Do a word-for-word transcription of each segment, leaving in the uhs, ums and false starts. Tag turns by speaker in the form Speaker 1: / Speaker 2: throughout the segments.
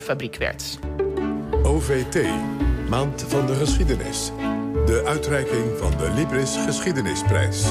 Speaker 1: fabriek werd.
Speaker 2: O V T, Maand van de Geschiedenis. De uitreiking van de Libris Geschiedenisprijs.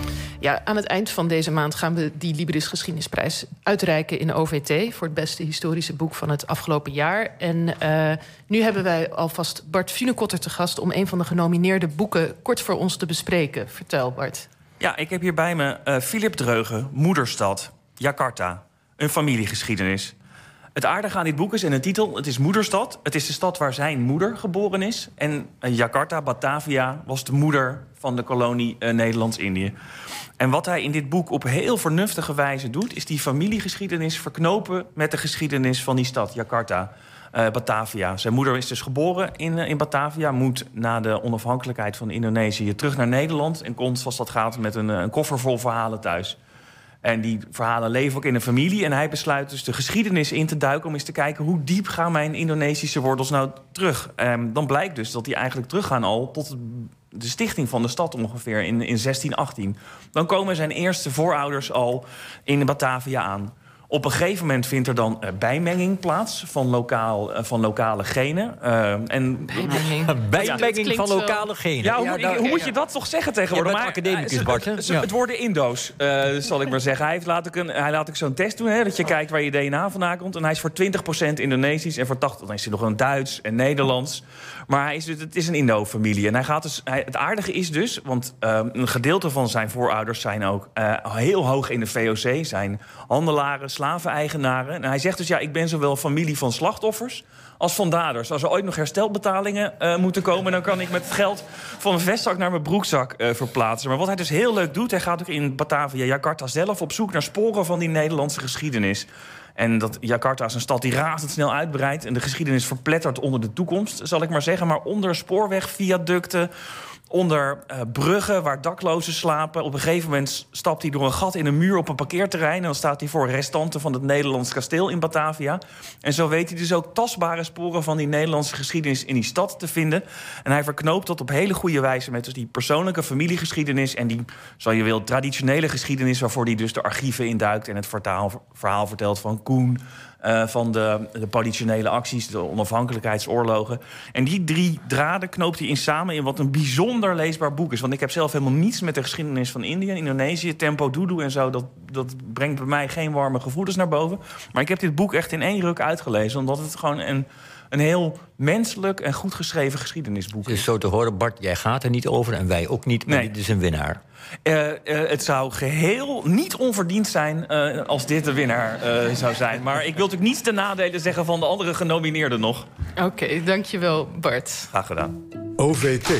Speaker 1: Ja, aan het eind van deze maand gaan we die Libris Geschiedenisprijs uitreiken in O V T... voor het beste historische boek van het afgelopen jaar. En uh, nu hebben wij alvast Bart Funekotter te gast... om een van de genomineerde boeken kort voor ons te bespreken. Vertel, Bart.
Speaker 3: Ja, ik heb hier bij me uh, Philip Dreugen, Moederstad, Jakarta. Een familiegeschiedenis. Het aardige aan dit boek is, en de titel, het is Moederstad. Het is de stad waar zijn moeder geboren is. En uh, Jakarta, Batavia, was de moeder van de kolonie uh, Nederlands-Indië. En wat hij in dit boek op heel vernuftige wijze doet... is die familiegeschiedenis verknopen met de geschiedenis van die stad, Jakarta. Uh, Batavia. Zijn moeder is dus geboren in, uh, in Batavia... moet na de onafhankelijkheid van Indonesië terug naar Nederland... en komt, zoals dat gaat, met een, een koffer vol verhalen thuis. En die verhalen leven ook in een familie. En hij besluit dus de geschiedenis in te duiken... om eens te kijken hoe diep gaan mijn Indonesische wortels nou terug. Um, dan blijkt dus dat die eigenlijk teruggaan al... tot de stichting van de stad ongeveer in, in zestien achttien. Dan komen zijn eerste voorouders al in Batavia aan. Op een gegeven moment vindt er dan uh, bijmenging plaats van, lokaal, uh, van lokale genen. Uh, en
Speaker 1: bijmenging,
Speaker 4: bijmenging ja, van lokale genen.
Speaker 3: Ja, hoe,
Speaker 4: ja, nou,
Speaker 3: hoe
Speaker 4: ja,
Speaker 3: moet
Speaker 4: ja.
Speaker 3: je dat toch zeggen tegenwoordig?
Speaker 4: Je bent academicus, Bart, hè?
Speaker 3: Het, het, het worden Indo's, uh, zal ik maar zeggen. Hij, heeft, laat ik een, hij laat ik zo'n test doen, hè, dat je kijkt waar je D N A vandaan komt. En hij is voor twintig procent Indonesisch en voor tachtig procent... dan is hij nog een Duits en Nederlands. Maar hij is, het is een Indo-familie. En hij gaat dus, hij, het aardige is dus, want uh, een gedeelte van zijn voorouders... zijn ook uh, heel hoog in de V O C, zijn handelaren, slaveneigenaren. En hij zegt dus, ja, ik ben zowel familie van slachtoffers als van daders. Als er ooit nog herstelbetalingen uh, moeten komen... dan kan ik met het geld van mijn vestzak naar mijn broekzak uh, verplaatsen. Maar wat hij dus heel leuk doet... hij gaat ook in Batavia, Jakarta zelf... op zoek naar sporen van die Nederlandse geschiedenis. En dat Jakarta is een stad die razendsnel uitbreidt... en de geschiedenis verplettert onder de toekomst, zal ik maar zeggen. Maar onder spoorwegviaducten... onder uh, bruggen waar daklozen slapen. Op een gegeven moment stapt hij door een gat in een muur op een parkeerterrein... en dan staat hij voor restanten van het Nederlands kasteel in Batavia. En zo weet hij dus ook tastbare sporen van die Nederlandse geschiedenis... in die stad te vinden. En hij verknoopt dat op hele goede wijze... met dus die persoonlijke familiegeschiedenis... en die, zo je wil, traditionele geschiedenis... waarvoor hij dus de archieven induikt... en het vertaal, verhaal vertelt van Koen... Uh, van de, de politionele acties, de onafhankelijkheidsoorlogen. En die drie draden knoopt hij in samen in wat een bijzonder leesbaar boek is. Want ik heb zelf helemaal niets met de geschiedenis van Indië, Indonesië, Tempo Dulu en zo. Dat, dat brengt bij mij geen warme gevoelens naar boven. Maar ik heb dit boek echt in één ruk uitgelezen, omdat het gewoon een, een heel menselijk en goed geschreven geschiedenisboek is.
Speaker 4: Dus zo te horen, Bart, jij gaat er niet over en wij ook niet, maar nee. Dit is een winnaar.
Speaker 3: Uh, uh, het zou geheel niet onverdiend zijn uh, als dit de winnaar uh, zou zijn. Maar ik wil natuurlijk niets ten nadele zeggen van de andere genomineerden nog.
Speaker 1: Oké, okay, dankjewel Bart.
Speaker 3: Graag gedaan.
Speaker 2: O V T,